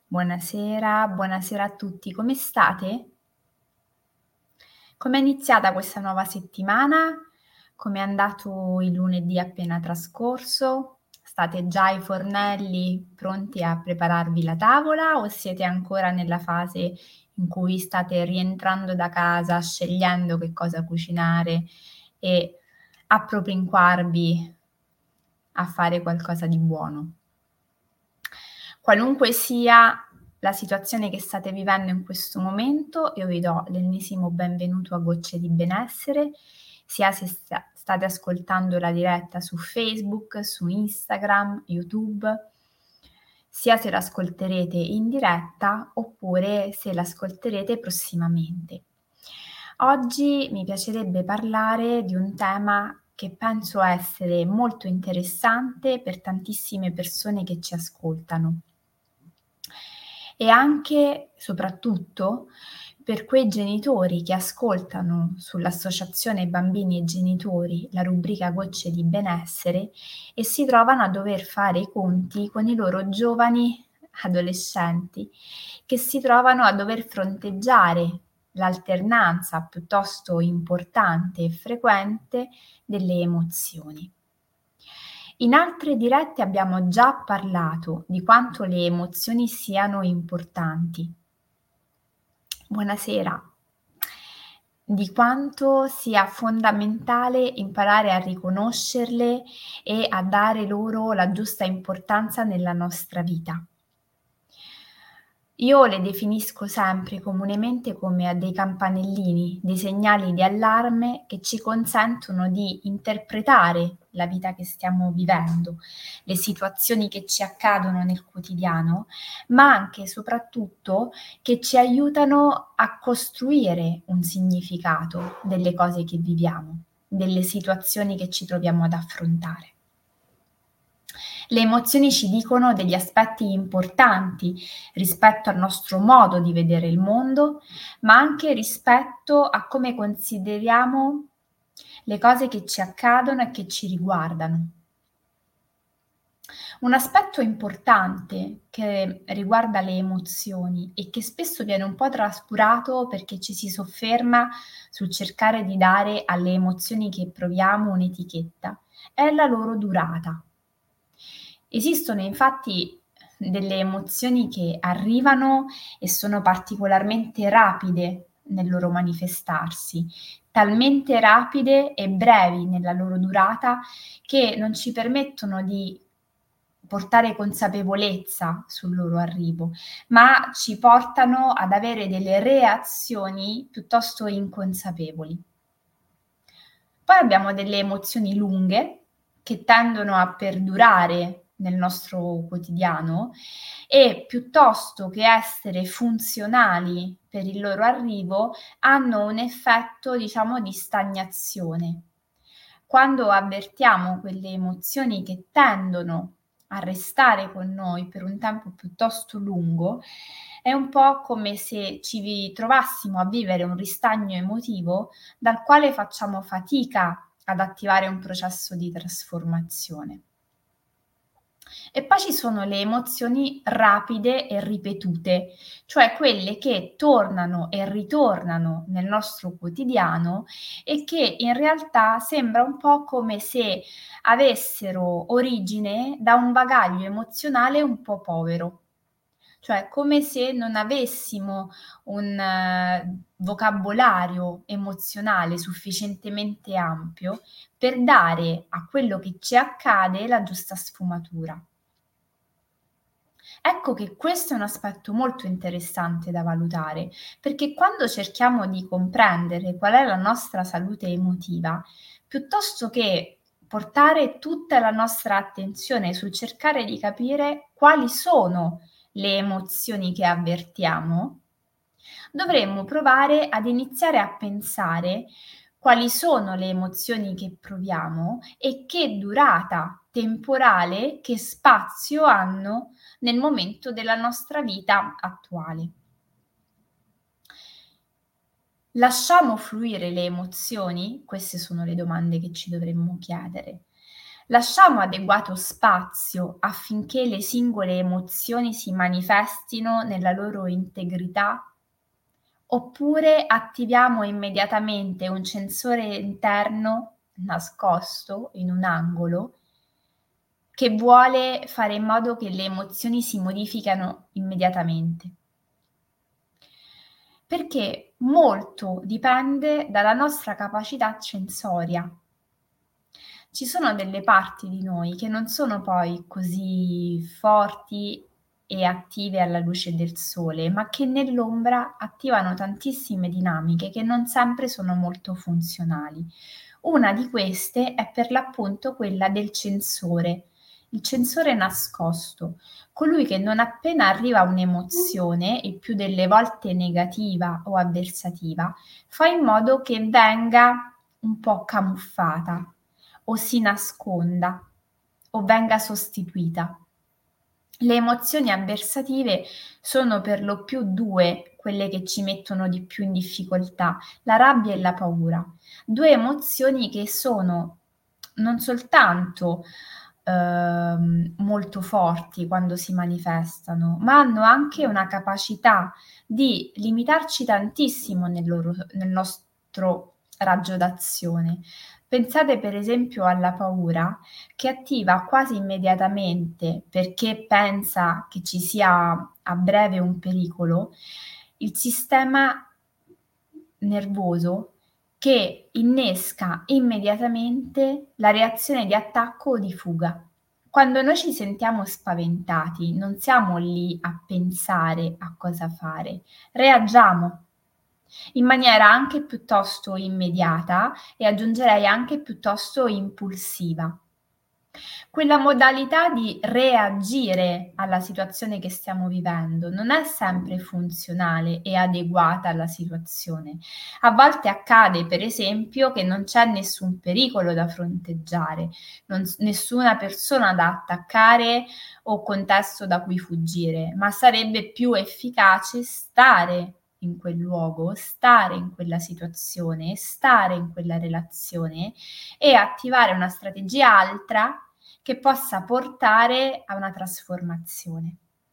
Buonasera a tutti, come state? Com'è iniziata questa nuova settimana? Com'è andato il lunedì appena trascorso? State già ai fornelli pronti a prepararvi la tavola o siete ancora nella fase in cui state rientrando da casa, scegliendo che cosa cucinare e appropinquarvi a fare qualcosa di buono? Qualunque sia la situazione che state vivendo in questo momento, io vi do l'ennesimo benvenuto a Gocce di Benessere, sia se state ascoltando la diretta su Facebook, su Instagram, YouTube, sia se l'ascolterete in diretta oppure se l'ascolterete prossimamente. Oggi mi piacerebbe parlare di un tema che penso essere molto interessante per tantissime persone che ci ascoltano e anche, soprattutto, per quei genitori che ascoltano sull'Associazione Bambini e Genitori la rubrica Gocce di Benessere e si trovano a dover fare i conti con i loro giovani adolescenti che si trovano a dover fronteggiare l'alternanza piuttosto importante e frequente delle emozioni. In altre dirette abbiamo già parlato di quanto le emozioni siano importanti. Buonasera. Di quanto sia fondamentale imparare a riconoscerle e a dare loro la giusta importanza nella nostra vita. Io le definisco sempre comunemente come a dei campanellini, dei segnali di allarme che ci consentono di interpretare la vita che stiamo vivendo, le situazioni che ci accadono nel quotidiano, ma anche e soprattutto che ci aiutano a costruire un significato delle cose che viviamo, delle situazioni che ci troviamo ad affrontare. Le emozioni ci dicono degli aspetti importanti rispetto al nostro modo di vedere il mondo, ma anche rispetto a come consideriamo le cose che ci accadono e che ci riguardano. Un aspetto importante che riguarda le emozioni e che spesso viene un po' trascurato perché ci si sofferma sul cercare di dare alle emozioni che proviamo un'etichetta, è la loro durata. Esistono infatti delle emozioni che arrivano e sono particolarmente rapide nel loro manifestarsi, talmente rapide e brevi nella loro durata che non ci permettono di portare consapevolezza sul loro arrivo, ma ci portano ad avere delle reazioni piuttosto inconsapevoli. Poi abbiamo delle emozioni lunghe che tendono a perdurare nel nostro quotidiano e piuttosto che essere funzionali per il loro arrivo, hanno un effetto, diciamo, di stagnazione. Quando avvertiamo quelle emozioni che tendono a restare con noi per un tempo piuttosto lungo, è un po' come se ci trovassimo a vivere un ristagno emotivo dal quale facciamo fatica ad attivare un processo di trasformazione. E poi ci sono le emozioni rapide e ripetute, cioè quelle che tornano e ritornano nel nostro quotidiano e che in realtà sembra un po' come se avessero origine da un bagaglio emozionale un po' povero. Cioè come se non avessimo un vocabolario emozionale sufficientemente ampio per dare a quello che ci accade la giusta sfumatura. Ecco che questo è un aspetto molto interessante da valutare, perché quando cerchiamo di comprendere qual è la nostra salute emotiva, piuttosto che portare tutta la nostra attenzione sul cercare di capire quali sono le emozioni che avvertiamo, dovremmo provare ad iniziare a pensare quali sono le emozioni che proviamo e che durata temporale, che spazio hanno nel momento della nostra vita attuale. Lasciamo fluire le emozioni? Queste sono le domande che ci dovremmo chiedere. Lasciamo adeguato spazio affinché le singole emozioni si manifestino nella loro integrità? Oppure attiviamo immediatamente un sensore interno nascosto in un angolo che vuole fare in modo che le emozioni si modificano immediatamente? Perché molto dipende dalla nostra capacità sensoria. Ci sono delle parti di noi che non sono poi così forti e attive alla luce del sole, ma che nell'ombra attivano tantissime dinamiche che non sempre sono molto funzionali. Una di queste è per l'appunto quella del censore, il censore nascosto, colui che non appena arriva un'emozione, il più delle volte negativa o avversativa, fa in modo che venga un po' camuffata o si nasconda o venga sostituita. Le emozioni avversative sono per lo più due quelle che ci mettono di più in difficoltà, la rabbia e la paura. Due emozioni che sono non soltanto molto forti quando si manifestano, ma hanno anche una capacità di limitarci tantissimo nel nostro raggio d'azione. Pensate per esempio alla paura che attiva quasi immediatamente, perché pensa che ci sia a breve un pericolo, il sistema nervoso che innesca immediatamente la reazione di attacco o di fuga. Quando noi ci sentiamo spaventati, non siamo lì a pensare a cosa fare, reagiamo in maniera anche piuttosto immediata e aggiungerei anche piuttosto impulsiva. Quella modalità di reagire alla situazione che stiamo vivendo non è sempre funzionale e adeguata alla situazione. A volte accade, per esempio, che non c'è nessun pericolo da fronteggiare, nessuna persona da attaccare o contesto da cui fuggire, ma sarebbe più efficace stare in quel luogo, stare in quella situazione, stare in quella relazione e attivare una strategia altra che possa portare a una trasformazione.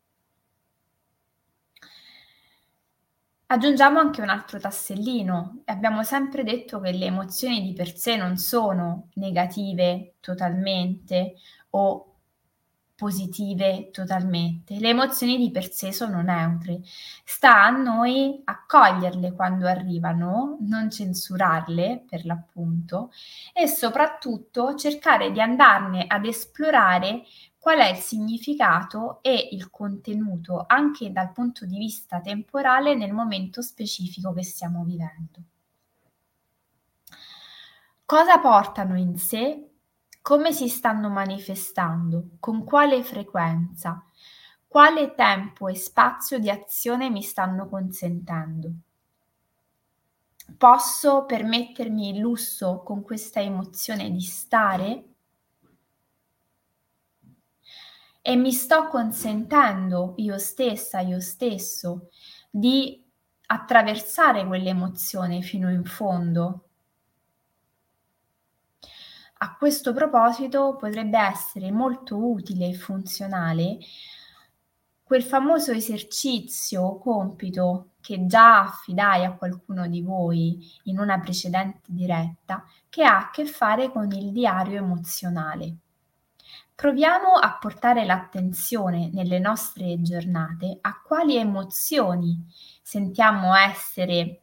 Aggiungiamo anche un altro tassellino. Abbiamo sempre detto che le emozioni di per sé non sono negative totalmente o positive totalmente. Le emozioni di per sé sono neutre. Sta a noi accoglierle quando arrivano, non censurarle per l'appunto e soprattutto cercare di andarne ad esplorare qual è il significato e il contenuto anche dal punto di vista temporale nel momento specifico che stiamo vivendo. Cosa portano in sé? Come si stanno manifestando? Con quale frequenza? Quale tempo e spazio di azione mi stanno consentendo? Posso permettermi il lusso con questa emozione di stare? E mi sto consentendo io stessa, io stesso, di attraversare quell'emozione fino in fondo? A questo proposito potrebbe essere molto utile e funzionale quel famoso esercizio o compito che già affidai a qualcuno di voi in una precedente diretta, che ha a che fare con il diario emozionale. Proviamo a portare l'attenzione nelle nostre giornate a quali emozioni sentiamo essere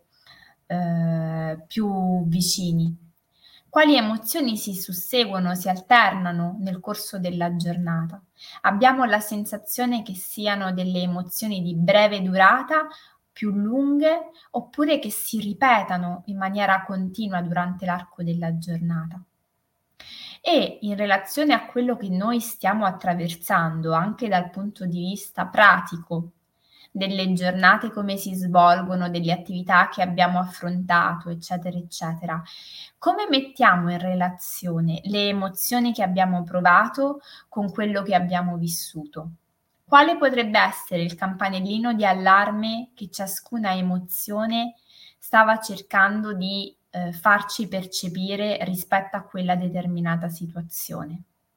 più vicini, quali emozioni si susseguono, si alternano nel corso della giornata. Abbiamo la sensazione che siano delle emozioni di breve durata, più lunghe, oppure che si ripetano in maniera continua durante l'arco della giornata. E in relazione a quello che noi stiamo attraversando, anche dal punto di vista pratico, delle giornate come si svolgono, delle attività che abbiamo affrontato, eccetera, eccetera, come mettiamo in relazione le emozioni che abbiamo provato con quello che abbiamo vissuto? Quale potrebbe essere il campanellino di allarme che ciascuna emozione stava cercando di farci percepire rispetto a quella determinata situazione?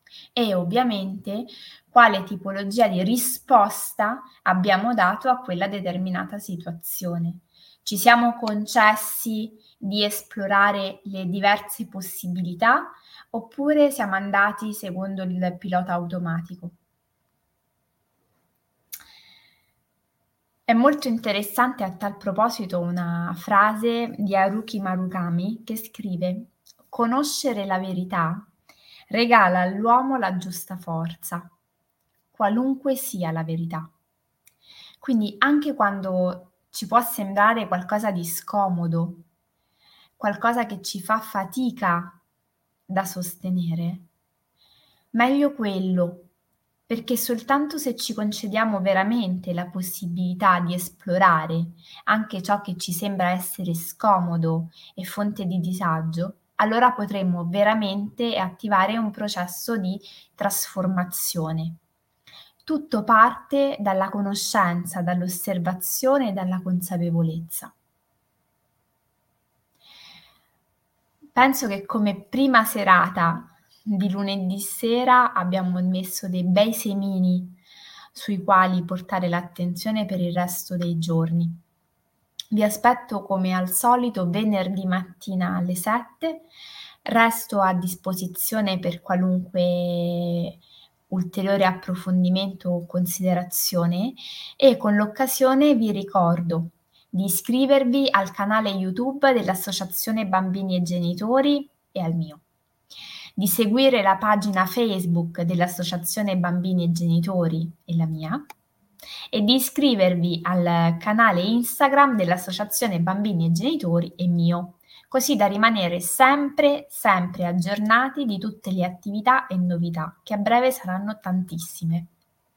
e ovviamente quale tipologia di risposta abbiamo dato a quella determinata situazione. Ci siamo concessi di esplorare le diverse possibilità oppure siamo andati secondo il pilota automatico? È molto interessante a tal proposito una frase di Haruki Murakami che scrive: "Conoscere la verità regala all'uomo la giusta forza, qualunque sia la verità". Quindi anche quando ci può sembrare qualcosa di scomodo, qualcosa che ci fa fatica da sostenere, meglio quello, perché soltanto se ci concediamo veramente la possibilità di esplorare anche ciò che ci sembra essere scomodo e fonte di disagio, allora potremmo veramente attivare un processo di trasformazione. Tutto parte dalla conoscenza, dall'osservazione e dalla consapevolezza. Penso che come prima serata di lunedì sera abbiamo messo dei bei semini sui quali portare l'attenzione per il resto dei giorni. Vi aspetto come al solito venerdì mattina alle 7, resto a disposizione per qualunque ulteriore approfondimento o considerazione e con l'occasione vi ricordo di iscrivervi al canale YouTube dell'Associazione Bambini e Genitori e al mio, di seguire la pagina Facebook dell'Associazione Bambini e Genitori e la mia e di iscrivervi al canale Instagram dell'Associazione Bambini e Genitori e mio, così da rimanere sempre, sempre aggiornati di tutte le attività e novità, che a breve saranno tantissime.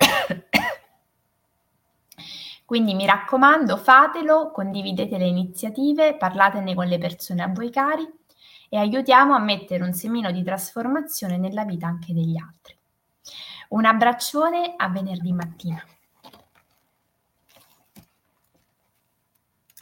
Quindi mi raccomando, fatelo, condividete le iniziative, parlatene con le persone a voi cari e aiutiamo a mettere un semino di trasformazione nella vita anche degli altri. Un abbraccione, a venerdì mattina.